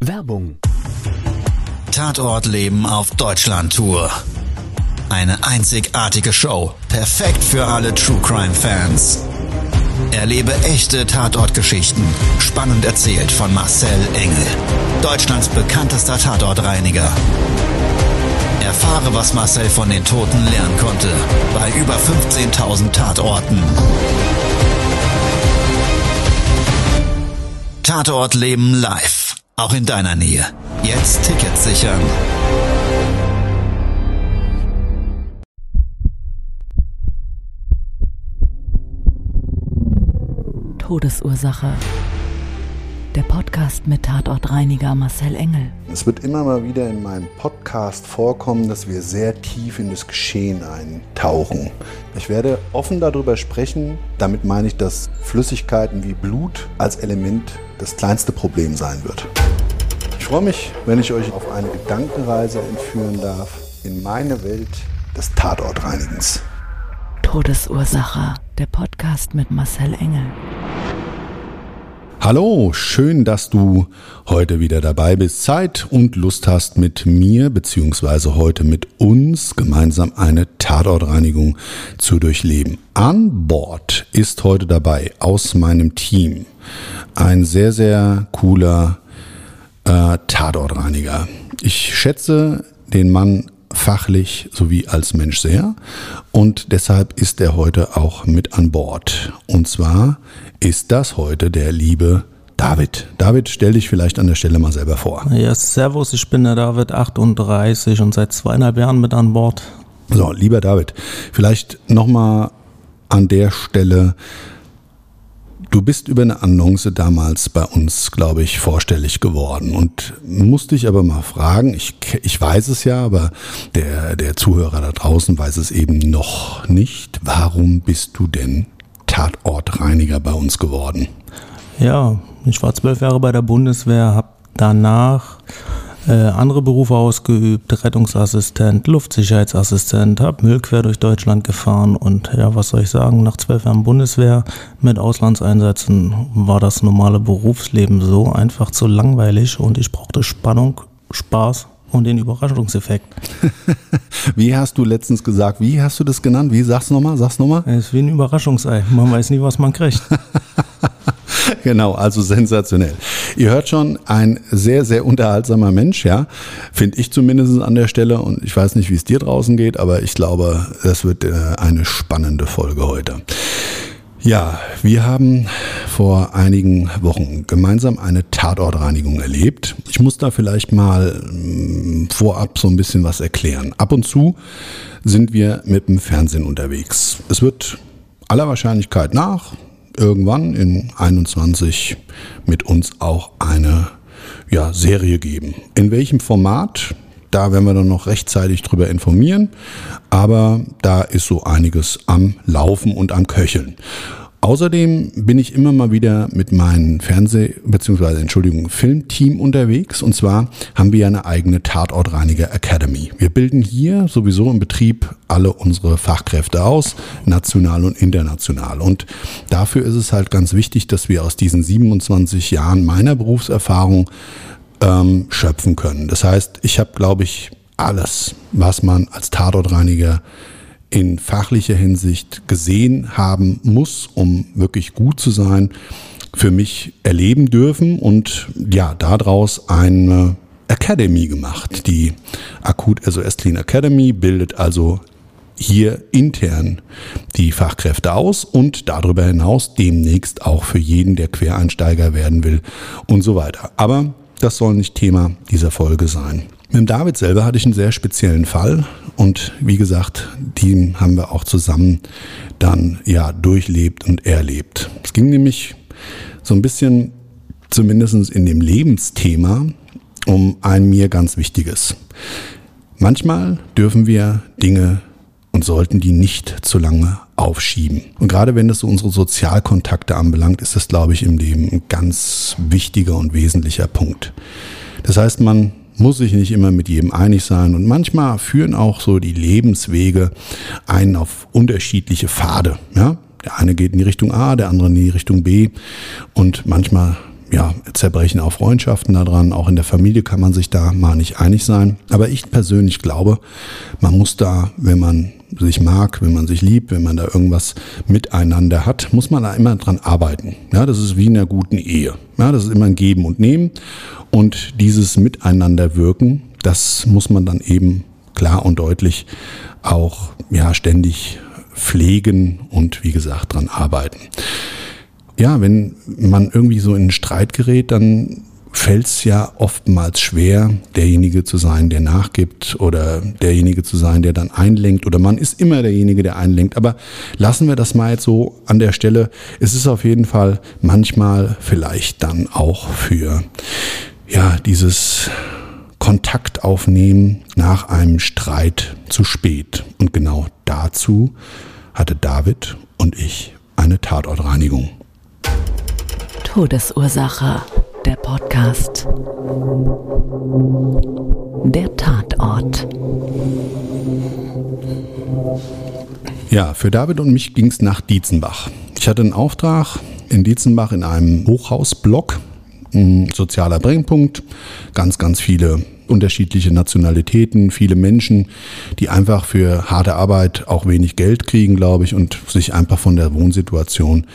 Werbung. Tatortleben auf Deutschland-Tour. Eine einzigartige Show, perfekt für alle True-Crime-Fans. Erlebe echte Tatortgeschichten, spannend erzählt von Marcel Engel, Deutschlands bekanntester Tatortreiniger. Erfahre, was Marcel von den Toten lernen konnte, bei über 15.000 Tatorten. Tatortleben live, auch in deiner Nähe. Jetzt Tickets sichern. Todesursache. Der Podcast mit Tatortreiniger Marcel Engel. Es wird immer mal wieder in meinem Podcast vorkommen, dass wir sehr tief in das Geschehen eintauchen. Ich werde offen darüber sprechen. Damit meine ich, dass Flüssigkeiten wie Blut als Element das kleinste Problem sein wird. Ich freue mich, wenn ich euch auf eine Gedankenreise entführen darf in meine Welt des Tatortreinigens. Todesursache. Der Podcast mit Marcel Engel. Hallo, schön, dass du heute wieder dabei bist, Zeit und Lust hast, mit mir bzw. heute mit uns gemeinsam eine Tatortreinigung zu durchleben. An Bord ist heute dabei aus meinem Team ein sehr, sehr cooler Tatortreiniger. Ich schätze den Mann fachlich sowie als Mensch sehr und deshalb ist er heute auch mit an Bord. Und zwar ist das heute der liebe David. David, stell dich vielleicht an der Stelle mal selber vor. Ja, servus, ich bin der David, 38 und seit 2,5 Jahren mit an Bord. So, lieber David, vielleicht nochmal an der Stelle: Du bist über eine Annonce damals bei uns, glaube ich, vorstellig geworden und musste dich aber mal fragen, ich weiß es ja, aber der Zuhörer da draußen weiß es eben noch nicht. Warum bist du denn Tatortreiniger bei uns geworden? Ja, ich war 12 Jahre bei der Bundeswehr, habe danach andere Berufe ausgeübt, Rettungsassistent, Luftsicherheitsassistent, habe Müll quer durch Deutschland gefahren und ja, was soll ich sagen, nach 12 Jahren Bundeswehr mit Auslandseinsätzen war das normale Berufsleben so einfach zu langweilig und ich brauchte Spannung, Spaß und den Überraschungseffekt. Wie hast du letztens gesagt, wie hast du das genannt? Wie, sag's nochmal? Es ist wie ein Überraschungsei, man weiß nie, was man kriegt. Genau, also sensationell. Ihr hört schon, ein sehr, sehr unterhaltsamer Mensch, ja, finde ich zumindest an der Stelle, und ich weiß nicht, wie es dir draußen geht, aber ich glaube, das wird eine spannende Folge heute. Ja, wir haben vor einigen Wochen gemeinsam eine Tatortreinigung erlebt. Ich muss da vielleicht mal vorab so ein bisschen was erklären. Ab und zu sind wir mit dem Fernsehen unterwegs. Es wird aller Wahrscheinlichkeit nach irgendwann in 21 mit uns auch eine Serie geben. In welchem Format? Da werden wir dann noch rechtzeitig drüber informieren, aber da ist so einiges am Laufen und am Köcheln. Außerdem bin ich immer mal wieder mit meinem Filmteam unterwegs, und zwar haben wir eine eigene Tatortreiniger Academy. Wir bilden hier sowieso im Betrieb alle unsere Fachkräfte aus, national und international, und dafür ist es halt ganz wichtig, dass wir aus diesen 27 Jahren meiner Berufserfahrung schöpfen können. Das heißt, ich habe, glaube ich, alles, was man als Tatortreiniger in fachlicher Hinsicht gesehen haben muss, um wirklich gut zu sein, für mich erleben dürfen und ja, daraus eine Academy gemacht. Die Akut SOS Clean Academy bildet also hier intern die Fachkräfte aus und darüber hinaus demnächst auch für jeden, der Quereinsteiger werden will und so weiter. Aber das soll nicht Thema dieser Folge sein. Mit dem David selber hatte ich einen sehr speziellen Fall und wie gesagt, den haben wir auch zusammen dann durchlebt und erlebt. Es ging nämlich so ein bisschen, zumindest in dem Lebensthema, um ein mir ganz Wichtiges. Manchmal dürfen wir Dinge und sollten die nicht zu lange aufschieben. Und gerade wenn das so unsere Sozialkontakte anbelangt, ist das, glaube ich, im Leben ein ganz wichtiger und wesentlicher Punkt. Das heißt, man muss sich nicht immer mit jedem einig sein und manchmal führen auch so die Lebenswege einen auf unterschiedliche Pfade. Ja? Der eine geht in die Richtung A, der andere in die Richtung B und manchmal zerbrechen auch Freundschaften daran. Auch in der Familie kann man sich da mal nicht einig sein. Aber ich persönlich glaube, man muss da, wenn man sich mag, wenn man sich liebt, wenn man da irgendwas miteinander hat, muss man da immer dran arbeiten. Ja, das ist wie in einer guten Ehe. Ja, das ist immer ein Geben und Nehmen. Und dieses Miteinanderwirken, das muss man dann eben klar und deutlich auch ständig pflegen und wie gesagt dran arbeiten. Ja, wenn man irgendwie so in einen Streit gerät, dann fällt es ja oftmals schwer, derjenige zu sein, der nachgibt oder derjenige zu sein, der dann einlenkt, oder man ist immer derjenige, der einlenkt. Aber lassen wir das mal jetzt so an der Stelle. Es ist auf jeden Fall manchmal vielleicht dann auch für dieses Kontakt aufnehmen nach einem Streit zu spät. Und genau dazu hatte David und ich eine Tatortreinigung. Todesursache, der Podcast. Der Tatort. Ja, für David und mich ging es nach Dietzenbach. Ich hatte einen Auftrag in Dietzenbach in einem Hochhausblock, ein sozialer Brennpunkt, ganz, ganz viele unterschiedliche Nationalitäten, viele Menschen, die einfach für harte Arbeit auch wenig Geld kriegen, glaube ich, und sich einfach von der Wohnsituation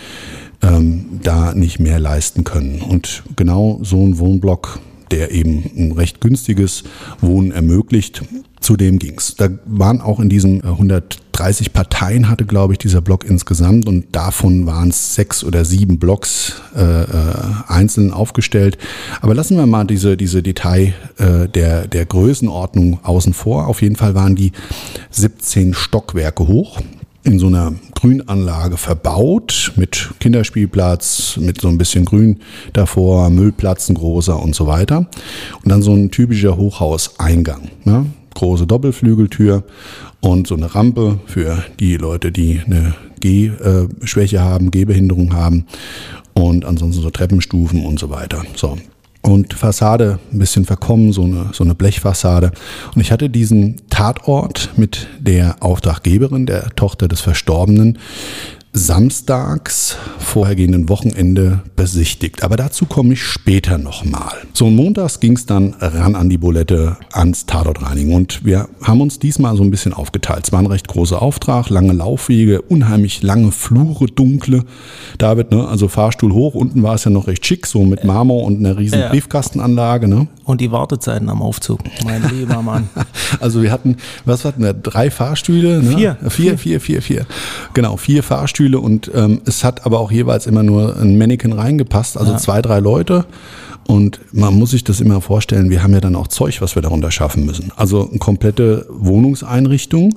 da nicht mehr leisten können. Und genau so ein Wohnblock, der eben ein recht günstiges Wohnen ermöglicht, zu dem ging's. Da waren auch in diesen 130 Parteien hatte, glaube ich, dieser Block insgesamt, und davon waren es 6 oder 7 Blocks einzeln aufgestellt. Aber lassen wir mal diese Detail der Größenordnung außen vor. Auf jeden Fall waren die 17 Stockwerke hoch, in so einer Grünanlage verbaut, mit Kinderspielplatz, mit so ein bisschen Grün davor, Müllplatz, ein großer und so weiter. Und dann so ein typischer Hochhauseingang, ne? Große Doppelflügeltür und so eine Rampe für die Leute, die eine Gehschwäche haben, Gehbehinderung haben, und ansonsten so Treppenstufen und so weiter. So. Und Fassade ein bisschen verkommen, so eine Blechfassade. Und ich hatte diesen Tatort mit der Auftraggeberin, der Tochter des Verstorbenen, samstags vorhergehenden Wochenende besichtigt. Aber dazu komme ich später nochmal. So, und montags ging es dann ran an die Bulette, ans Tatortreinigen. Und wir haben uns diesmal so ein bisschen aufgeteilt. Es war ein recht großer Auftrag, lange Laufwege, unheimlich lange Flure, dunkle. David, ne? Also Fahrstuhl hoch, unten war es ja noch recht schick, so mit Marmor und einer riesen Briefkastenanlage. Ne? Und die Wartezeiten am Aufzug, mein lieber Mann. Also wir hatten, 3 Fahrstühle? Ne? 4. Genau, 4 Fahrstühle, und es hat aber auch jeweils immer nur ein Mannequin reingepasst, also 2, 3 Leute. Und man muss sich das immer vorstellen, wir haben ja dann auch Zeug, was wir darunter schaffen müssen. Also eine komplette Wohnungseinrichtung.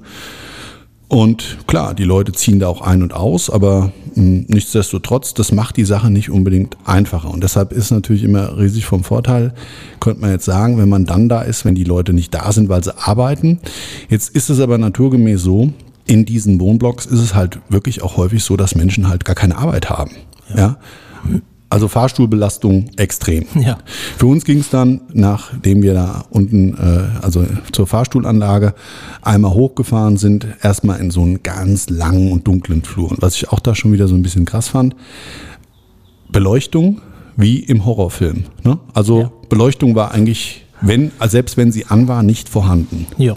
Und klar, die Leute ziehen da auch ein und aus, aber nichtsdestotrotz, das macht die Sache nicht unbedingt einfacher. Und deshalb ist natürlich immer riesig vom Vorteil, könnte man jetzt sagen, wenn man dann da ist, wenn die Leute nicht da sind, weil sie arbeiten. Jetzt ist es aber naturgemäß so, in diesen Wohnblocks ist es halt wirklich auch häufig so, dass Menschen halt gar keine Arbeit haben. Ja? Also Fahrstuhlbelastung extrem. Ja. Für uns ging es dann, nachdem wir da unten, also zur Fahrstuhlanlage, einmal hochgefahren sind, erstmal in so einen ganz langen und dunklen Flur. Und was ich auch da schon wieder so ein bisschen krass fand, Beleuchtung wie im Horrorfilm. Ne? Also Beleuchtung war eigentlich, selbst wenn sie an war, nicht vorhanden. Ja.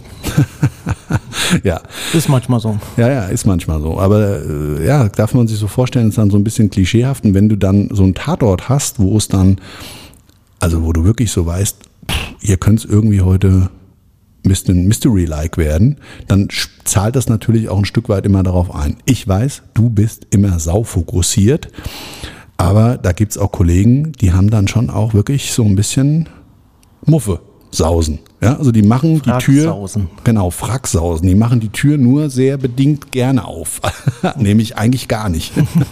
Ja. Ist manchmal so. Ja, ist manchmal so. Aber darf man sich so vorstellen, ist dann so ein bisschen klischeehaft. Und wenn du dann so einen Tatort hast, wo es dann, also wo du wirklich so weißt, hier könnte es irgendwie heute ein bisschen Mystery-like werden, dann zahlt das natürlich auch ein Stück weit immer darauf ein. Ich weiß, du bist immer saufokussiert, aber da gibt es auch Kollegen, die haben dann schon auch wirklich so ein bisschen Muffe. Sausen. Ja, also die machen die Tür, Fracksausen. Die machen die Tür nur sehr bedingt gerne auf. Nämlich eigentlich gar nicht.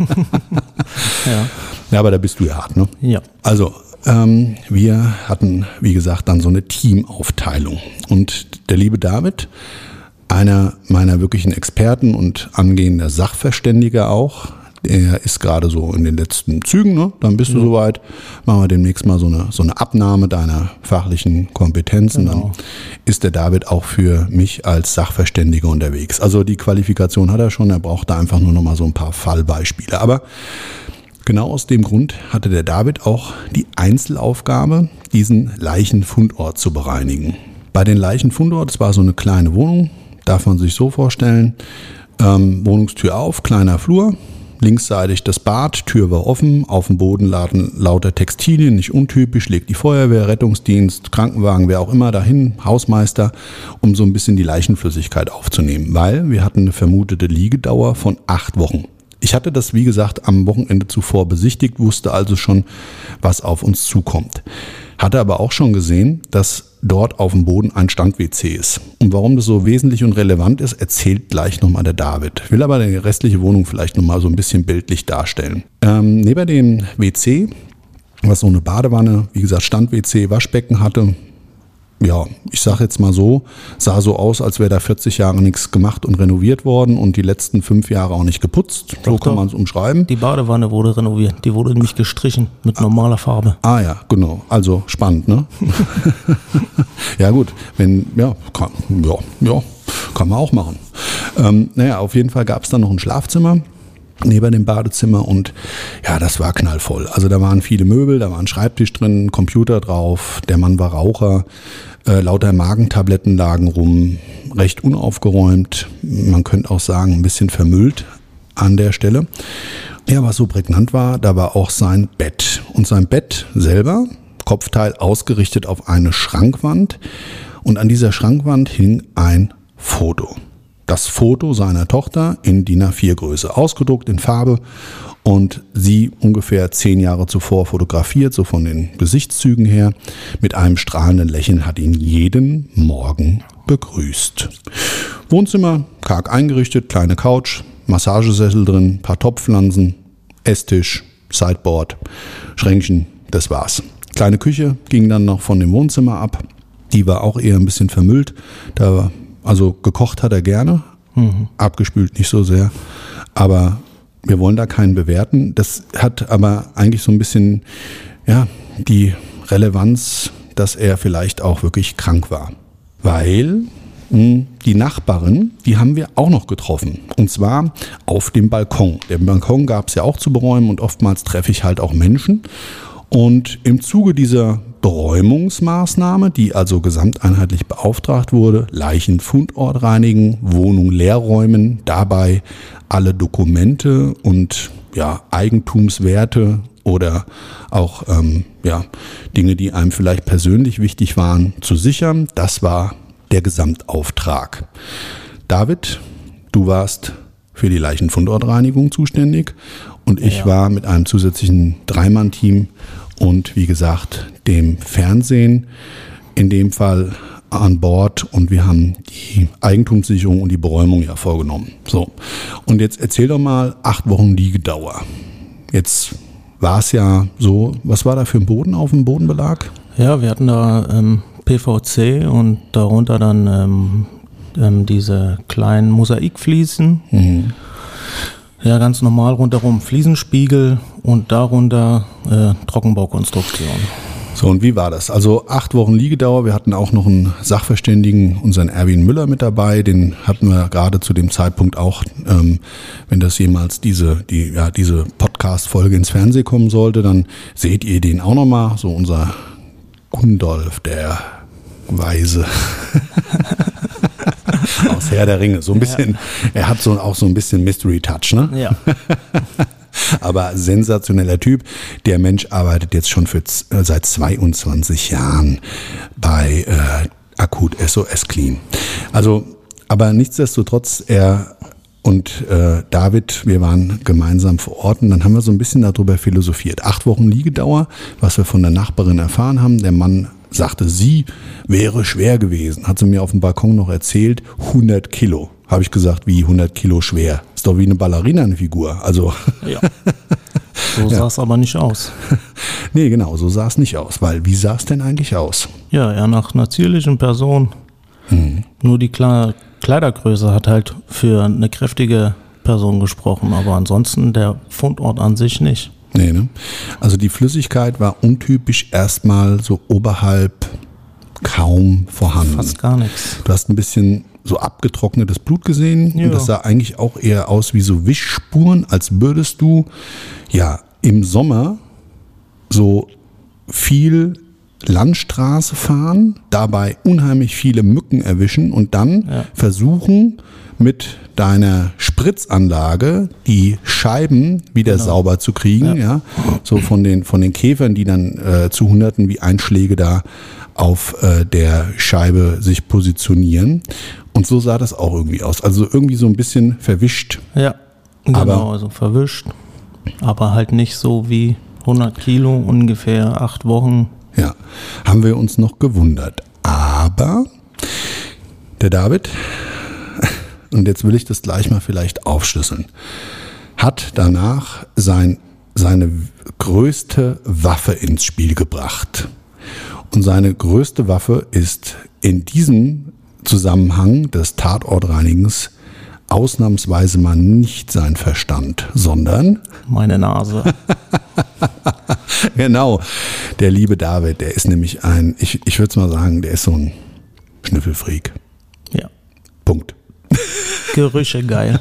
Ja, aber da bist du ja hart, ne? Ja. Also, wir hatten, wie gesagt, dann so eine Teamaufteilung. Und der liebe David, einer meiner wirklichen Experten und angehender Sachverständiger auch, der ist gerade so in den letzten Zügen, ne? Dann bist du soweit. Machen wir demnächst mal so eine Abnahme deiner fachlichen Kompetenzen. Genau. Dann ist der David auch für mich als Sachverständiger unterwegs. Also die Qualifikation hat er schon, er braucht da einfach nur noch mal so ein paar Fallbeispiele. Aber Genau aus dem Grund hatte der David auch die Einzelaufgabe, diesen Leichenfundort zu bereinigen. Bei den Leichenfundort, es war so eine kleine Wohnung, darf man sich so vorstellen, Wohnungstür auf, kleiner Flur, linksseitig das Bad, Tür war offen, auf dem Boden lagen lauter Textilien, nicht untypisch, legt die Feuerwehr, Rettungsdienst, Krankenwagen, wer auch immer dahin, Hausmeister, um so ein bisschen die Leichenflüssigkeit aufzunehmen, weil wir hatten eine vermutete Liegedauer von 8 Wochen. Ich hatte das, wie gesagt, am Wochenende zuvor besichtigt, wusste also schon, was auf uns zukommt. Hatte aber auch schon gesehen, dass dort auf dem Boden ein Stand-WC ist. Und warum das so wesentlich und relevant ist, erzählt gleich nochmal der David. Will aber die restliche Wohnung vielleicht nochmal so ein bisschen bildlich darstellen. Neben dem WC, was so eine Badewanne, wie gesagt, Stand-WC, Waschbecken hatte, ja, ich sage jetzt mal so, sah so aus, als wäre da 40 Jahre nichts gemacht und renoviert worden und die letzten 5 Jahre auch nicht geputzt. So kann man es umschreiben. Die Badewanne wurde renoviert, die wurde nämlich gestrichen mit normaler Farbe. Ah ja, genau. Also spannend, ne? Ja gut, kann man auch machen. Auf jeden Fall gab es dann noch ein Schlafzimmer neben dem Badezimmer und ja, das war knallvoll. Also da waren viele Möbel, da war ein Schreibtisch drin, Computer drauf, der Mann war Raucher, lauter Magentabletten lagen rum, recht unaufgeräumt, man könnte auch sagen ein bisschen vermüllt an der Stelle. Ja, was so prägnant war, da war auch sein Bett und sein Bett selber, Kopfteil ausgerichtet auf eine Schrankwand und an dieser Schrankwand hing ein Foto. Das Foto seiner Tochter in DIN A4 Größe, ausgedruckt in Farbe und sie ungefähr 10 Jahre zuvor fotografiert, so von den Gesichtszügen her, mit einem strahlenden Lächeln hat ihn jeden Morgen begrüßt. Wohnzimmer, karg eingerichtet, kleine Couch, Massagesessel drin, paar Topfpflanzen, Esstisch, Sideboard, Schränkchen, das war's. Kleine Küche ging dann noch von dem Wohnzimmer ab, die war auch eher ein bisschen vermüllt, also gekocht hat er gerne, abgespült nicht so sehr, aber wir wollen da keinen bewerten. Das hat aber eigentlich so ein bisschen die Relevanz, dass er vielleicht auch wirklich krank war. Weil die Nachbarin, die haben wir auch noch getroffen und zwar auf dem Balkon. Den Balkon gab es ja auch zu beräumen und oftmals treffe ich halt auch Menschen. Und im Zuge dieser Beräumungsmaßnahme, die also gesamteinheitlich beauftragt wurde, Leichenfundort reinigen, Wohnung leer räumen, dabei alle Dokumente und Eigentumswerte oder auch Dinge, die einem vielleicht persönlich wichtig waren, zu sichern. Das war der Gesamtauftrag. David, du warst für die Leichenfundortreinigung zuständig und ich war mit einem zusätzlichen 3-Mann-Team und wie gesagt dem Fernsehen in dem Fall an Bord und wir haben die Eigentumssicherung und die Beräumung vorgenommen. So, und jetzt erzähl doch mal 8 Wochen Liegedauer. Jetzt war es ja so, was war da für ein Boden auf dem Bodenbelag? Ja, wir hatten da PVC und darunter dann diese kleinen Mosaikfliesen. Mhm. Ja, ganz normal rundherum Fliesenspiegel und darunter Trockenbaukonstruktion. So, und wie war das? Also 8 Wochen Liegedauer. Wir hatten auch noch einen Sachverständigen, unseren Erwin Müller mit dabei. Den hatten wir gerade zu dem Zeitpunkt auch, wenn das jemals diese Podcast-Folge ins Fernsehen kommen sollte, dann seht ihr den auch nochmal. So unser Gundolf, der Weise. Aus Herr der Ringe. So ein bisschen, er hat auch so ein bisschen Mystery-Touch, ne? Ja. Aber sensationeller Typ. Der Mensch arbeitet jetzt schon seit 22 Jahren bei Akut SOS Clean. Also, aber nichtsdestotrotz, er und David, wir waren gemeinsam vor Ort und dann haben wir so ein bisschen darüber philosophiert. 8 Wochen Liegedauer, was wir von der Nachbarin erfahren haben. Der Mann sagte, sie wäre schwer gewesen. Hat sie mir auf dem Balkon noch erzählt, 100 Kilo. Habe ich gesagt, wie 100 Kilo schwer? Ist doch wie eine Ballerina eine Figur. Also ja. So sah es aber nicht aus. Nee, genau, so sah es nicht aus. Weil, wie sah es denn eigentlich aus? Ja, eher nach einer zierlichen Person. Nur die Kleidergröße hat halt für eine kräftige Person gesprochen, aber ansonsten der Fundort an sich nicht. Nee, ne? Also die Flüssigkeit war untypisch erstmal so oberhalb kaum vorhanden. Fast gar nichts. Du hast ein bisschen so abgetrocknetes Blut gesehen und das sah eigentlich auch eher aus wie so Wischspuren, als würdest du im Sommer so viel Landstraße fahren, dabei unheimlich viele Mücken erwischen und dann versuchen, mit deiner Spritzanlage die Scheiben wieder sauber zu kriegen, ja. So von den Käfern, die dann zu Hunderten wie Einschläge da auf der Scheibe sich positionieren. Und so sah das auch irgendwie aus. Also irgendwie so ein bisschen verwischt. Ja, genau, also verwischt. Aber halt nicht so wie 100 Kilo, ungefähr 8 Wochen. Ja, haben wir uns noch gewundert. Aber der David, und jetzt will ich das gleich mal vielleicht aufschlüsseln, hat danach seine größte Waffe ins Spiel gebracht. Und seine größte Waffe ist in diesem Zusammenhang des Tatortreinigens ausnahmsweise mal nicht sein Verstand, sondern meine Nase. Genau, der liebe David, der ist nämlich ich würde es mal sagen, der ist so ein Schnüffelfreak. Ja. Punkt. Gerüche geil.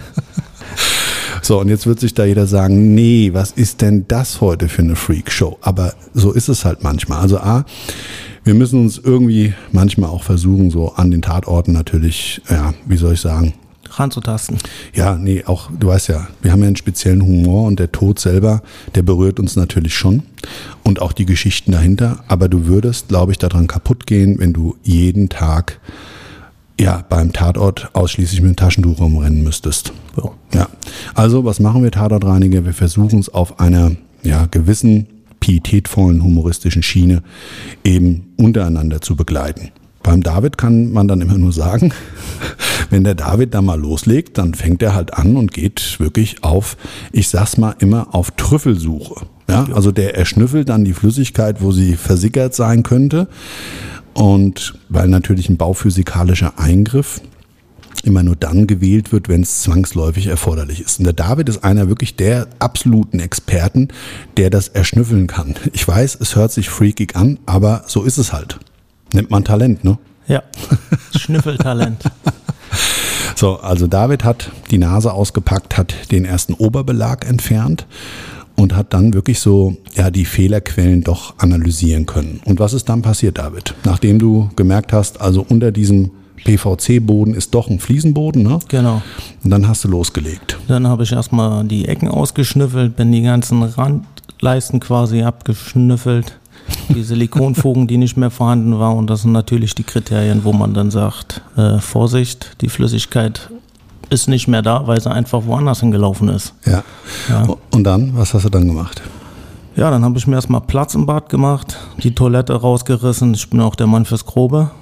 So, und jetzt wird sich da jeder sagen, nee, was ist denn das heute für eine Freak-Show? Aber so ist es halt manchmal. Also wir müssen uns irgendwie manchmal auch versuchen, so an den Tatorten natürlich, ja, wie soll ich sagen, ranzutasten. Ja, nee, auch, du weißt ja, wir haben ja einen speziellen Humor und der Tod selber, der berührt uns natürlich schon und auch die Geschichten dahinter, aber du würdest, glaube ich, daran kaputt gehen, wenn du jeden Tag beim Tatort ausschließlich mit dem Taschentuch rumrennen müsstest. So. Ja, also was machen wir Tatortreiniger? Wir versuchen es auf einer gewissen pietätvollen, humoristischen Schiene eben untereinander zu begleiten. Beim David kann man dann immer nur sagen, wenn der David da mal loslegt, dann fängt er halt an und geht wirklich auf, ich sag's mal immer, auf Trüffelsuche. Ja, also der erschnüffelt dann die Flüssigkeit, wo sie versickert sein könnte. Und weil natürlich ein bauphysikalischer Eingriff immer nur dann gewählt wird, wenn es zwangsläufig erforderlich ist. Und der David ist einer wirklich der absoluten Experten, der das erschnüffeln kann. Ich weiß, es hört sich freakig an, aber so ist es halt. Nennt man Talent, ne? Ja, Schnüffeltalent. So, also David hat die Nase ausgepackt, hat den ersten Oberbelag entfernt und hat dann wirklich so die Fehlerquellen doch analysieren können. Und was ist dann passiert, David? Nachdem du gemerkt hast, also unter diesem PVC-Boden ist doch ein Fliesenboden, ne? Genau. Und dann hast du losgelegt. Dann habe ich erstmal die Ecken ausgeschnüffelt, bin die ganzen Randleisten quasi abgeschnüffelt. Die Silikonfugen, die nicht mehr vorhanden waren. Und das sind natürlich die Kriterien, wo man dann sagt, Vorsicht, die Flüssigkeit ist nicht mehr da, weil sie einfach woanders hingelaufen ist. Ja. Und dann, was hast du dann gemacht? Ja, dann habe ich mir erstmal Platz im Bad gemacht, die Toilette rausgerissen. Ich bin auch der Mann fürs Grobe.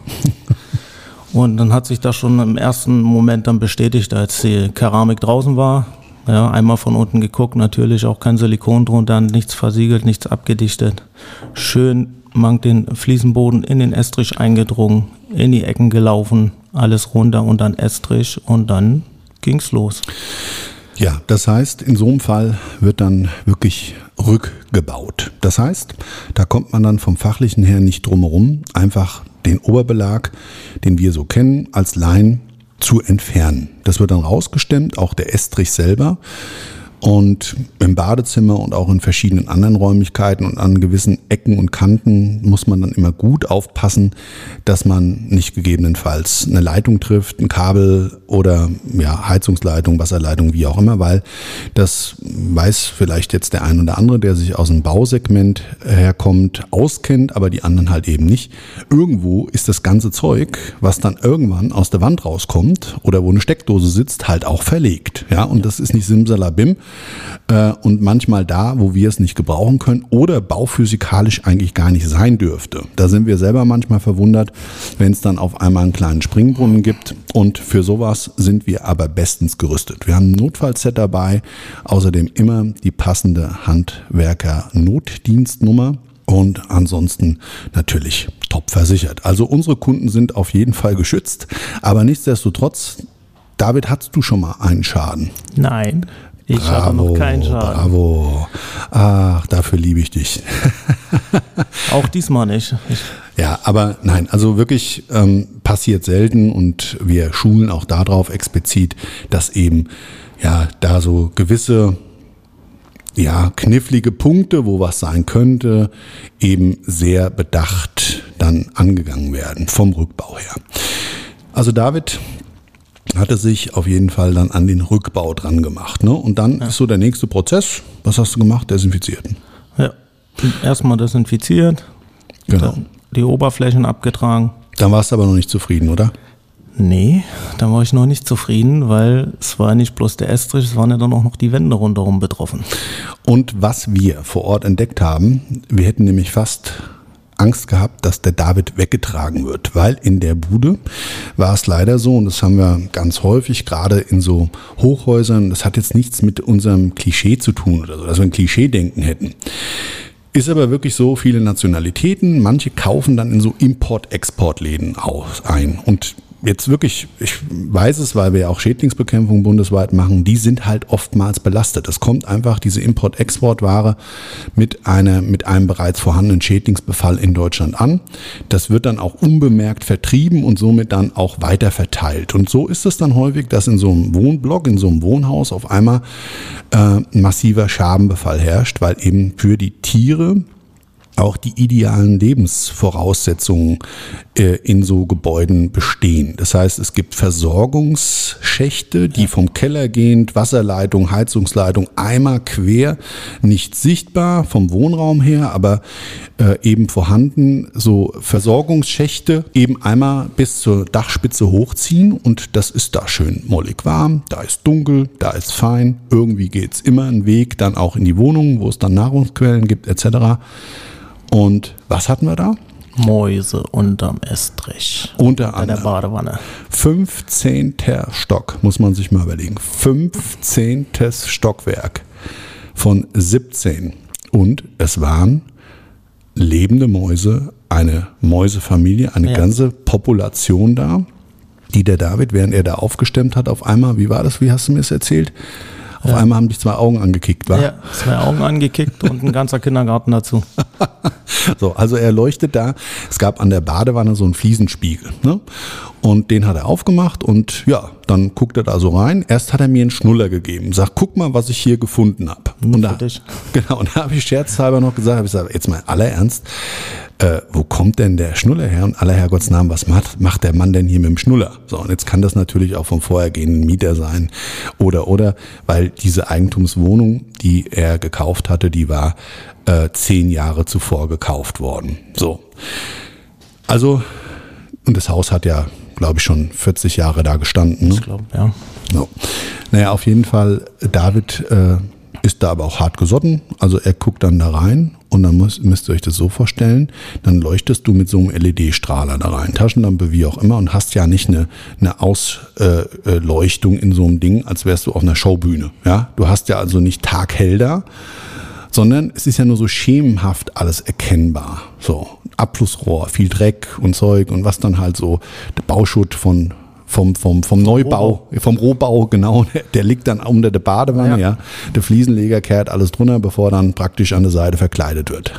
Und dann hat sich das schon im ersten Moment dann bestätigt, als die Keramik draußen war. Ja, einmal von unten geguckt, natürlich auch kein Silikon drunter, nichts versiegelt, nichts abgedichtet. Schön den Fliesenboden in den Estrich eingedrungen, in die Ecken gelaufen, alles runter und dann Estrich und dann ging's los. Ja, das heißt, in so einem Fall wird dann wirklich rückgebaut. Das heißt, da kommt man dann vom Fachlichen her nicht drum herum, einfach den Oberbelag, den wir so kennen, als Laien zu entfernen. Das wird dann rausgestemmt, auch der Estrich selber. Und im Badezimmer und auch in verschiedenen anderen Räumlichkeiten und an gewissen Ecken und Kanten muss man dann immer gut aufpassen, dass man nicht gegebenenfalls eine Leitung trifft, ein Kabel oder Heizungsleitung, Wasserleitung, wie auch immer, weil das weiß vielleicht jetzt der ein oder andere, der sich aus dem Bausegment herkommt, auskennt, aber die anderen halt eben nicht. Irgendwo ist das ganze Zeug, was dann irgendwann aus der Wand rauskommt oder wo eine Steckdose sitzt, halt auch verlegt. Ja, und das ist nicht Simsalabim. Und manchmal da, wo wir es nicht gebrauchen können oder bauphysikalisch eigentlich gar nicht sein dürfte. Da sind wir selber manchmal verwundert, wenn es dann auf einmal einen kleinen Springbrunnen gibt. Und für sowas sind wir aber bestens gerüstet. Wir haben ein Notfallset dabei, außerdem immer die passende Handwerker-Notdienstnummer und ansonsten natürlich top versichert. Also unsere Kunden sind auf jeden Fall geschützt, aber nichtsdestotrotz, David, hattest du schon mal einen Schaden? Nein. Ich habe noch keinen Schaden. Bravo. Ach, dafür liebe ich dich. Auch diesmal nicht. Ja, aber nein, also wirklich passiert selten und wir schulen auch darauf explizit, dass eben da so gewisse knifflige Punkte, wo was sein könnte, eben sehr bedacht dann angegangen werden vom Rückbau her. Also David hatte sich auf jeden Fall dann an den Rückbau dran gemacht. Ne? Und dann ist so der nächste Prozess. Was hast du gemacht? Desinfiziert. Ja, erstmal desinfiziert, Genau. die Oberflächen abgetragen. Dann warst du aber noch nicht zufrieden, oder? Nee, da war ich noch nicht zufrieden, weil es war nicht bloß der Estrich, es waren ja dann auch noch die Wände rundherum betroffen. Und was wir vor Ort entdeckt haben, wir hätten nämlich fast Angst gehabt, dass der David weggetragen wird, weil in der Bude war es leider so, und das haben wir ganz häufig, gerade in so Hochhäusern, das hat jetzt nichts mit unserem Klischee zu tun oder so, dass wir ein Klischee-Denken hätten. Ist aber wirklich so, viele Nationalitäten, manche kaufen dann in so Import-Export-Läden ein. Und jetzt wirklich, ich weiß es, weil wir ja auch Schädlingsbekämpfung bundesweit machen, die sind halt oftmals belastet. Es kommt einfach diese Import-Export-Ware mit einem bereits vorhandenen Schädlingsbefall in Deutschland an. Das wird dann auch unbemerkt vertrieben und somit dann auch weiter verteilt. Und so ist es dann häufig, dass in so einem Wohnblock, in so einem Wohnhaus auf einmal massiver Schabenbefall herrscht, weil eben für die Tiere auch die idealen Lebensvoraussetzungen in so Gebäuden bestehen. Das heißt, es gibt Versorgungsschächte, die vom Keller gehend, Wasserleitung, Heizungsleitung, einmal quer, nicht sichtbar vom Wohnraum her, aber eben vorhanden, so Versorgungsschächte eben einmal bis zur Dachspitze hochziehen und das ist da schön mollig warm, da ist dunkel, da ist fein, irgendwie geht's immer einen Weg dann auch in die Wohnung, wo es dann Nahrungsquellen gibt etc. Und was hatten wir da? Mäuse unterm Estrich. Unter der Badewanne. 15. Stock, muss man sich mal überlegen. 15. Stockwerk von 17. Und es waren lebende Mäuse, eine Mäusefamilie, eine ganze Population da, die der David, während er da aufgestemmt hat, auf einmal, wie war das, wie hast du mir das erzählt? Auf einmal haben dich 2 Augen angekickt, wa? Ja, 2 Augen angekickt und ein ganzer Kindergarten dazu. So, also er leuchtet da. Es gab an der Badewanne so einen Fliesenspiegel, ne? Und den hat er aufgemacht und ja, dann guckt er da so rein. Erst hat er mir einen Schnuller gegeben, sagt, guck mal, was ich hier gefunden habe. Und da, genau, und da habe ich scherzhalber noch gesagt, jetzt mal aller Ernst, wo kommt denn der Schnuller her? Und aller Herrgottsnamen, was macht der Mann denn hier mit dem Schnuller? So, und jetzt kann das natürlich auch vom vorhergehenden Mieter sein oder, weil diese Eigentumswohnung, die er gekauft hatte, die war 10 Jahre zuvor gekauft worden. So, also, und das Haus hat ja, glaube ich, schon 40 Jahre da gestanden. Ne? Ich glaube, ja. So. Naja, auf jeden Fall, David ist da aber auch hart gesotten. Also er guckt dann da rein und dann müsst ihr euch das so vorstellen, dann leuchtest du mit so einem LED-Strahler da rein, Taschenlampe, wie auch immer, und hast ja nicht eine Ausleuchtung in so einem Ding, als wärst du auf einer Showbühne. Ja? Du hast ja also nicht taghell da, sondern es ist ja nur so schemenhaft alles erkennbar. So, Abflussrohr, viel Dreck und Zeug und was dann halt so, der Bauschutt vom Neubau, vom Rohbau, genau, der liegt dann unter der Badewanne, ja. Der Fliesenleger kehrt alles drunter, bevor dann praktisch an der Seite verkleidet wird.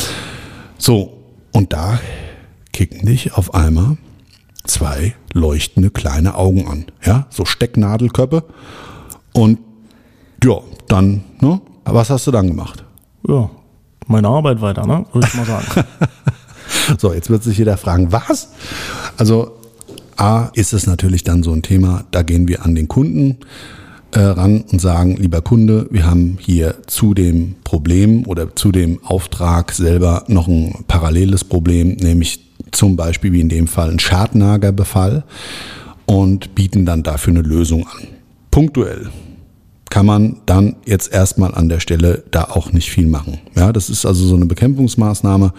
So, und da kicken dich auf einmal 2 leuchtende kleine Augen an, ja, so Stecknadelköpfe und ja, dann, ne, was hast du dann gemacht? Ja, meine Arbeit weiter, ne, würde ich mal sagen. So, jetzt wird sich jeder fragen, was? Also, A, ist es natürlich dann so ein Thema, da gehen wir an den Kunden ran und sagen, lieber Kunde, wir haben hier zu dem Problem oder zu dem Auftrag selber noch ein paralleles Problem, nämlich zum Beispiel wie in dem Fall ein Schadnagerbefall und bieten dann dafür eine Lösung an. Punktuell kann man dann jetzt erstmal an der Stelle da auch nicht viel machen. Ja, das ist also so eine Bekämpfungsmaßnahme,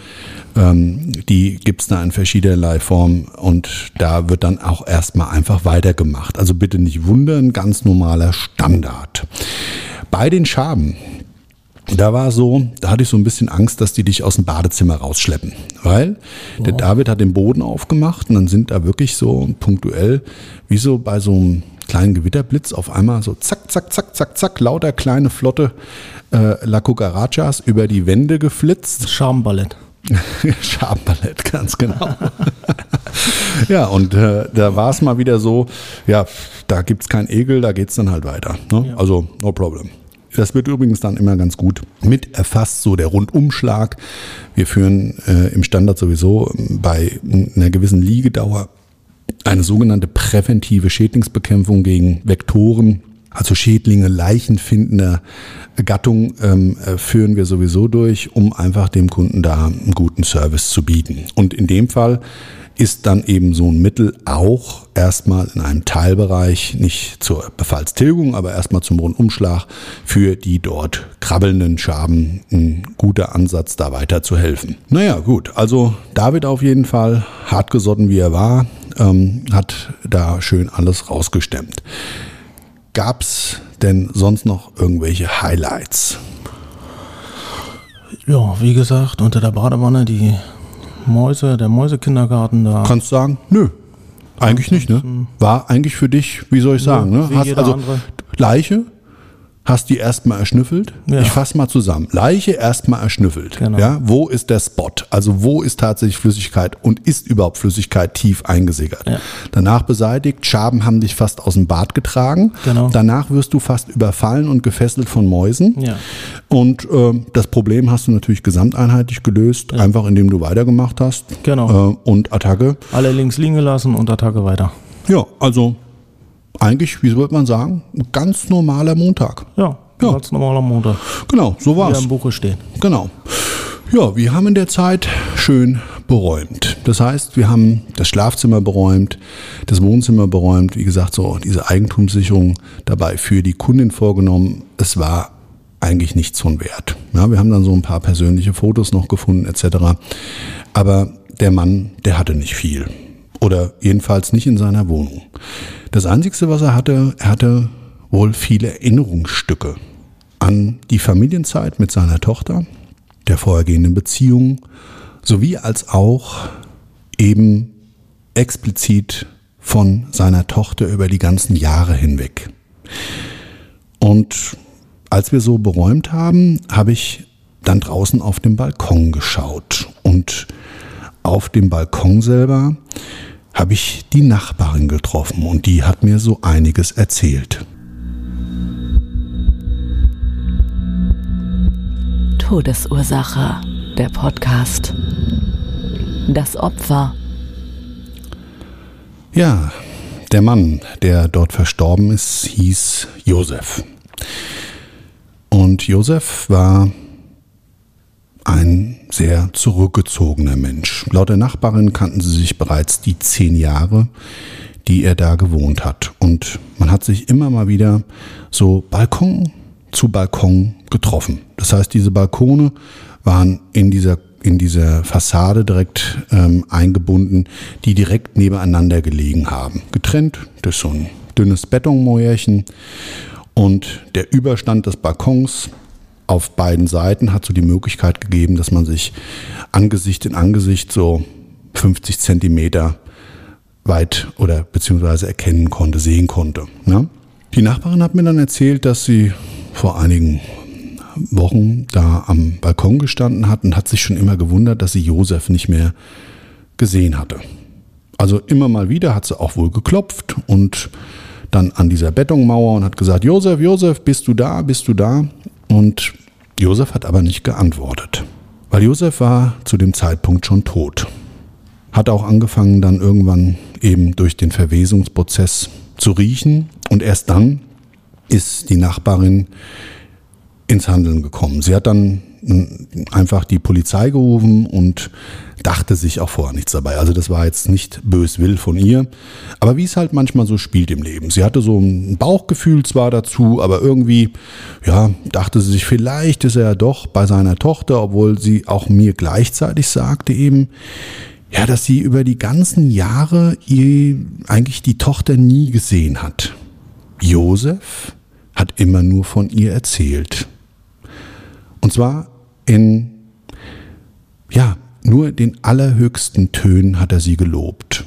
die gibt's da in verschiedenerlei Formen und da wird dann auch erstmal einfach weitergemacht. Also bitte nicht wundern, ganz normaler Standard. Bei den Schaben, da hatte ich so ein bisschen Angst, dass die dich aus dem Badezimmer rausschleppen, weil der David hat den Boden aufgemacht und dann sind da wirklich so punktuell, wie so bei so einem kleinen Gewitterblitz auf einmal so zack, zack, zack, zack, zack, lauter kleine flotte La Cucarachas über die Wände geflitzt. Schabenballett. Schabenballett, ganz genau. Ja, und da war es mal wieder so, ja, da gibt's keinen Ekel, da geht's dann halt weiter. Ne? Ja. Also, no problem. Das wird übrigens dann immer ganz gut mit erfasst, so der Rundumschlag. Wir führen im Standard sowieso bei einer gewissen Liegedauer eine sogenannte präventive Schädlingsbekämpfung gegen Vektoren, also Schädlinge, leichenfindender Gattung führen wir sowieso durch, um einfach dem Kunden da einen guten Service zu bieten. Und in dem Fall ist dann eben so ein Mittel auch erstmal in einem Teilbereich, nicht zur Befallstilgung, aber erstmal zum Rundumschlag für die dort krabbelnden Schaben ein guter Ansatz, da weiter zu helfen. Naja, gut, also David auf jeden Fall, hartgesotten wie er war, hat da schön alles rausgestemmt. Gab's denn sonst noch irgendwelche Highlights? Ja, wie gesagt, unter der Badewanne der Mäusekindergarten da. Kannst du sagen? Nö, eigentlich nicht, ne? War eigentlich für dich, wie soll ich sagen, ne? Wie jeder andere. Leiche, hast die erstmal erschnüffelt. Ja. Ich fasse mal zusammen. Leiche erstmal erschnüffelt. Genau. Ja, wo ist der Spot? Also wo ist tatsächlich Flüssigkeit und ist überhaupt Flüssigkeit tief eingesickert? Ja. Danach beseitigt, Schaben haben dich fast aus dem Bad getragen. Genau. Danach wirst du fast überfallen und gefesselt von Mäusen. Ja. Und das Problem hast du natürlich gesamteinheitlich gelöst, einfach indem du weitergemacht hast. Genau. Und Attacke. Alle links liegen gelassen und Attacke weiter. Ja, also eigentlich, wie sollte man sagen, ein ganz normaler Montag. Ja, ganz normaler Montag. Genau, so Wie war's. im Buche stehen. Genau. Ja, wir haben in der Zeit schön beräumt. Das heißt, wir haben das Schlafzimmer beräumt, das Wohnzimmer beräumt, wie gesagt, so diese Eigentumssicherung dabei für die Kundin vorgenommen. Es war eigentlich nichts von Wert. Ja, wir haben dann so ein paar persönliche Fotos noch gefunden etc. Aber der Mann, der hatte nicht viel. Oder jedenfalls nicht in seiner Wohnung. Das Einzige, was er hatte wohl viele Erinnerungsstücke an die Familienzeit mit seiner Tochter, der vorhergehenden Beziehung, sowie als auch eben explizit von seiner Tochter über die ganzen Jahre hinweg. Und als wir so beräumt haben, habe ich dann draußen auf dem Balkon geschaut. Und auf dem Balkon selber habe ich die Nachbarin getroffen und die hat mir so einiges erzählt. Todesursache, der Podcast. Das Opfer. Ja, der Mann, der dort verstorben ist, hieß Josef. Und Josef war ein sehr zurückgezogener Mensch. Laut der Nachbarin kannten sie sich bereits die 10 Jahre, die er da gewohnt hat. Und man hat sich immer mal wieder so Balkon zu Balkon getroffen. Das heißt, diese Balkone waren in dieser Fassade direkt eingebunden, die direkt nebeneinander gelegen haben. Getrennt durch so ein dünnes Betonmäuerchen. Und der Überstand des Balkons auf beiden Seiten hat so die Möglichkeit gegeben, dass man sich Angesicht in Angesicht so 50 Zentimeter weit oder beziehungsweise erkennen konnte, sehen konnte. Ja? Die Nachbarin hat mir dann erzählt, dass sie vor einigen Wochen da am Balkon gestanden hat und hat sich schon immer gewundert, dass sie Josef nicht mehr gesehen hatte. Also immer mal wieder hat sie auch wohl geklopft und dann an dieser Betonmauer und hat gesagt, Josef, Josef, bist du da, bist du da? Und Josef hat aber nicht geantwortet, weil Josef war zu dem Zeitpunkt schon tot. Hat auch angefangen dann irgendwann eben durch den Verwesungsprozess zu riechen und erst dann ist die Nachbarin ins Handeln gekommen. Sie hat dann einfach die Polizei gerufen und dachte sich auch vorher nichts dabei. Also das war jetzt nicht böswill von ihr, aber wie es halt manchmal so spielt im Leben. Sie hatte so ein Bauchgefühl zwar dazu, aber irgendwie, ja, dachte sie sich, vielleicht ist er ja doch bei seiner Tochter, obwohl sie auch mir gleichzeitig sagte eben, ja, dass sie über die ganzen Jahre eigentlich die Tochter nie gesehen hat. Josef hat immer nur von ihr erzählt. Und zwar in, ja, nur den allerhöchsten Tönen hat er sie gelobt.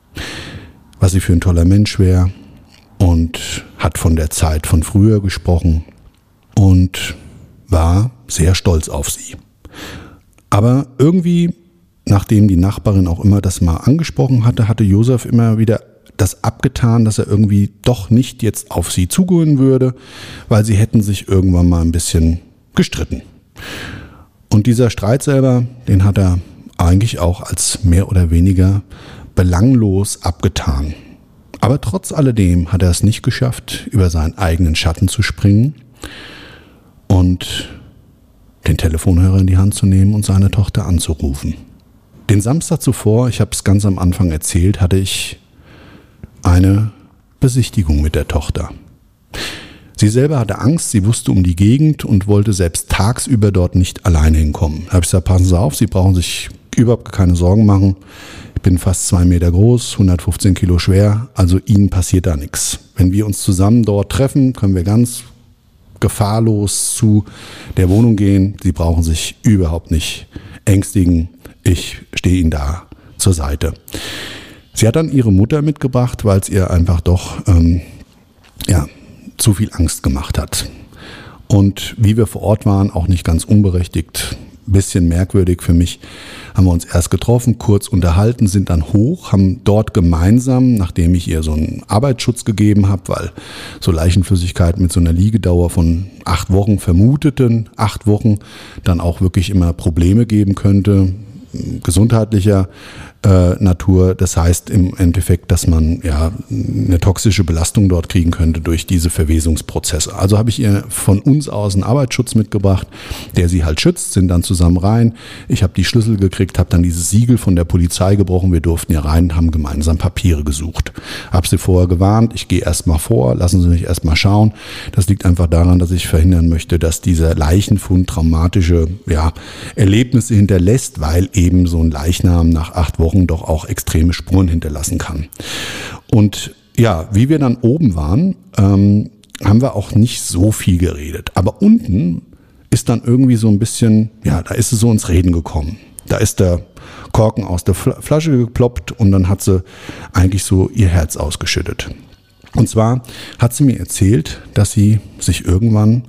Was sie für ein toller Mensch wäre und hat von der Zeit von früher gesprochen und war sehr stolz auf sie. Aber irgendwie, nachdem die Nachbarin auch immer das mal angesprochen hatte, hatte Josef immer wieder das abgetan, dass er irgendwie doch nicht jetzt auf sie zugehen würde, weil sie hätten sich irgendwann mal ein bisschen gestritten. Und dieser Streit selber, den hat er eigentlich auch als mehr oder weniger belanglos abgetan. Aber trotz alledem hat er es nicht geschafft, über seinen eigenen Schatten zu springen und den Telefonhörer in die Hand zu nehmen und seine Tochter anzurufen. Den Samstag zuvor, ich habe es ganz am Anfang erzählt, hatte ich eine Besichtigung mit der Tochter. Sie selber hatte Angst, sie wusste um die Gegend und wollte selbst tagsüber dort nicht alleine hinkommen. Da habe ich gesagt, passen Sie auf, Sie brauchen sich überhaupt keine Sorgen machen. Ich bin fast 2 Meter groß, 115 Kilo schwer, also Ihnen passiert da nichts. Wenn wir uns zusammen dort treffen, können wir ganz gefahrlos zu der Wohnung gehen. Sie brauchen sich überhaupt nicht ängstigen. Ich stehe Ihnen da zur Seite. Sie hat dann ihre Mutter mitgebracht, weil es ihr einfach doch zu viel Angst gemacht hat. Und wie wir vor Ort waren, auch nicht ganz unberechtigt, ein bisschen merkwürdig für mich, haben wir uns erst getroffen, kurz unterhalten, sind dann hoch, haben dort gemeinsam, nachdem ich ihr so einen Arbeitsschutz gegeben habe, weil so Leichenflüssigkeit mit so einer Liegedauer von 8 Wochen vermuteten, 8 Wochen dann auch wirklich immer Probleme geben könnte, gesundheitlicher Natur. Das heißt im Endeffekt, dass man eine toxische Belastung dort kriegen könnte durch diese Verwesungsprozesse. Also habe ich ihr von uns aus einen Arbeitsschutz mitgebracht, der sie halt schützt, sind dann zusammen rein. Ich habe die Schlüssel gekriegt, habe dann dieses Siegel von der Polizei gebrochen. Wir durften ja rein, haben gemeinsam Papiere gesucht. Habe sie vorher gewarnt, ich gehe erst mal vor, lassen Sie mich erst mal schauen. Das liegt einfach daran, dass ich verhindern möchte, dass dieser Leichenfund traumatische Erlebnisse hinterlässt, weil eben so ein Leichnam nach 8 Wochen doch auch extreme Spuren hinterlassen kann. Und ja, wie wir dann oben waren, haben wir auch nicht so viel geredet. Aber unten ist dann irgendwie so ein bisschen, da ist es so ins Reden gekommen. Da ist der Korken aus der Flasche geploppt und dann hat sie eigentlich so ihr Herz ausgeschüttet. Und zwar hat sie mir erzählt, dass sie sich irgendwann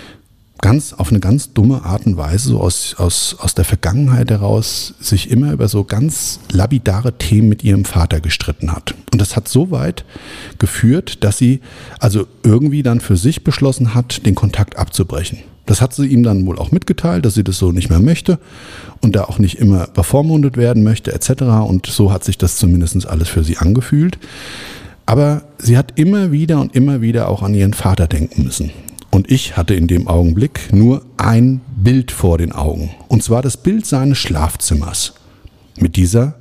auf eine ganz dumme Art und Weise, so aus der Vergangenheit heraus, sich immer über so ganz lapidare Themen mit ihrem Vater gestritten hat. Und das hat so weit geführt, dass sie also irgendwie dann für sich beschlossen hat, den Kontakt abzubrechen. Das hat sie ihm dann wohl auch mitgeteilt, dass sie das so nicht mehr möchte und da auch nicht immer bevormundet werden möchte etc. Und so hat sich das zumindest alles für sie angefühlt. Aber sie hat immer wieder auch an ihren Vater denken müssen. Und ich hatte in dem Augenblick nur ein Bild vor den Augen. Und zwar das Bild seines Schlafzimmers. Mit dieser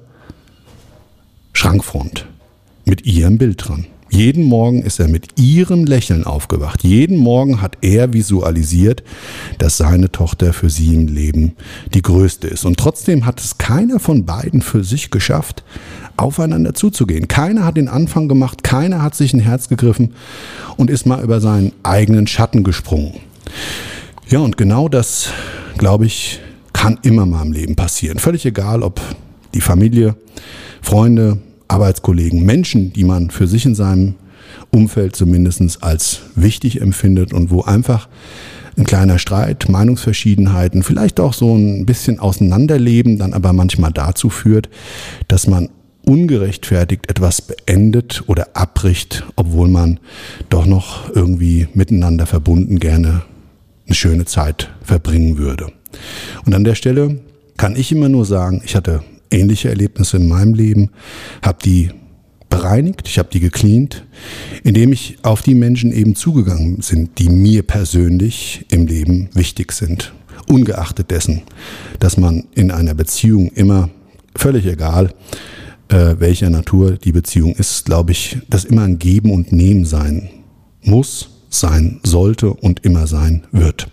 Schrankfront. Mit ihrem Bild dran. Jeden Morgen ist er mit ihrem Lächeln aufgewacht. Jeden Morgen hat er visualisiert, dass seine Tochter für sie im Leben die größte ist. Und trotzdem hat es keiner von beiden für sich geschafft, aufeinander zuzugehen. Keiner hat den Anfang gemacht, keiner hat sich ein Herz gegriffen und ist mal über seinen eigenen Schatten gesprungen. Ja, und genau das, glaube ich, kann immer mal im Leben passieren. Völlig egal, ob die Familie, Freunde, Arbeitskollegen, Menschen, die man für sich in seinem Umfeld zumindest als wichtig empfindet und wo einfach ein kleiner Streit, Meinungsverschiedenheiten, vielleicht auch so ein bisschen Auseinanderleben dann aber manchmal dazu führt, dass man ungerechtfertigt etwas beendet oder abbricht, obwohl man doch noch irgendwie miteinander verbunden gerne eine schöne Zeit verbringen würde. Und an der Stelle kann ich immer nur sagen, ich hatte ähnliche Erlebnisse in meinem Leben, habe die bereinigt, ich habe die gecleant, indem ich auf die Menschen eben zugegangen sind, die mir persönlich im Leben wichtig sind. Ungeachtet dessen, dass man in einer Beziehung immer, völlig egal, welcher Natur die Beziehung ist, glaube ich, dass immer ein Geben und Nehmen sein muss, sein sollte und immer sein wird.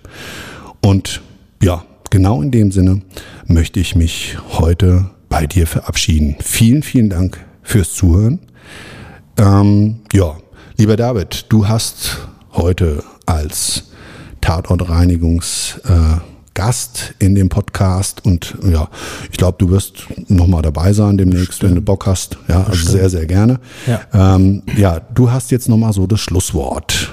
Und ja, genau in dem Sinne möchte ich mich heute bei dir verabschieden. Vielen, vielen Dank fürs Zuhören. Lieber David, du hast heute als Tatortreinigungsgast in dem Podcast und ich glaube, du wirst nochmal dabei sein demnächst, Bestimmt. Wenn du Bock hast. Ja, also Bestimmt. Sehr, sehr gerne. Ja. Du hast jetzt nochmal so das Schlusswort.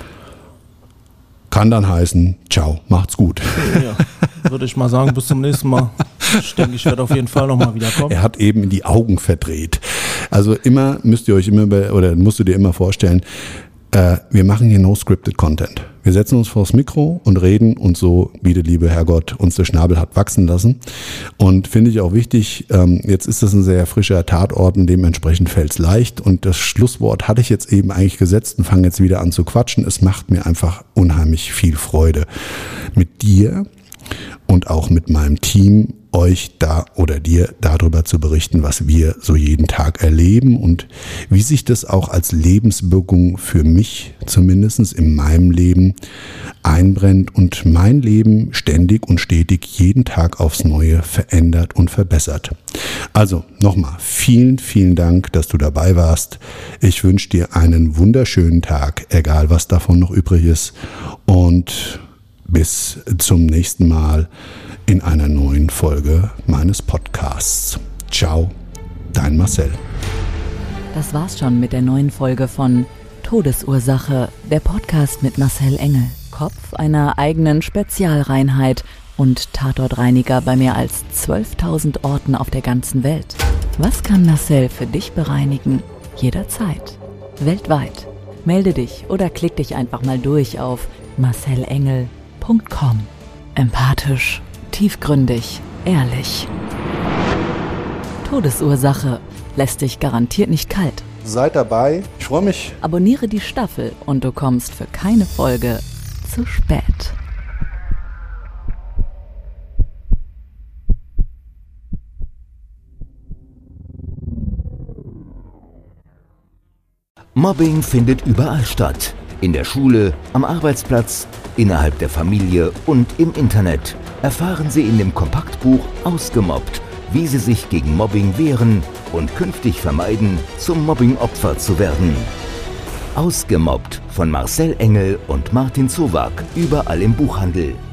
Kann dann heißen, ciao, macht's gut. Ja, würde ich mal sagen, bis zum nächsten Mal. Ich denke, ich werde auf jeden Fall nochmal wiederkommen. Er hat eben in die Augen verdreht. Also musst du dir immer vorstellen, wir machen hier no scripted Content. Wir setzen uns vors Mikro und reden und so, wie der liebe Herrgott uns der Schnabel hat wachsen lassen. Und finde ich auch wichtig, jetzt ist das ein sehr frischer Tatort und dementsprechend fällt es leicht. Und das Schlusswort hatte ich jetzt eben eigentlich gesetzt und fange jetzt wieder an zu quatschen. Es macht mir einfach unheimlich viel Freude, mit dir und auch mit meinem Team euch dir darüber zu berichten, was wir so jeden Tag erleben und wie sich das auch als Lebenswirkung für mich zumindest in meinem Leben einbrennt und mein Leben ständig und stetig jeden Tag aufs Neue verändert und verbessert. Also nochmal vielen, vielen Dank, dass du dabei warst. Ich wünsche dir einen wunderschönen Tag, egal was davon noch übrig ist, und bis zum nächsten Mal in einer neuen Folge meines Podcasts. Ciao, dein Marcel. Das war's schon mit der neuen Folge von Todesursache, der Podcast mit Marcel Engel, Kopf einer eigenen Spezialreinheit und Tatortreiniger bei mehr als 12.000 Orten auf der ganzen Welt. Was kann Marcel für dich bereinigen? Jederzeit. Weltweit. Melde dich oder klick dich einfach mal durch auf marcelengel.com. Empathisch, tiefgründig, ehrlich. Todesursache lässt dich garantiert nicht kalt. Seid dabei, ich freue mich. Abonniere die Staffel und du kommst für keine Folge zu spät. Mobbing findet überall statt. In der Schule, am Arbeitsplatz, innerhalb der Familie und im Internet. Erfahren Sie in dem Kompaktbuch Ausgemobbt, wie Sie sich gegen Mobbing wehren und künftig vermeiden, zum Mobbing-Opfer zu werden. Ausgemobbt von Marcel Engel und Martin Zowak, überall im Buchhandel.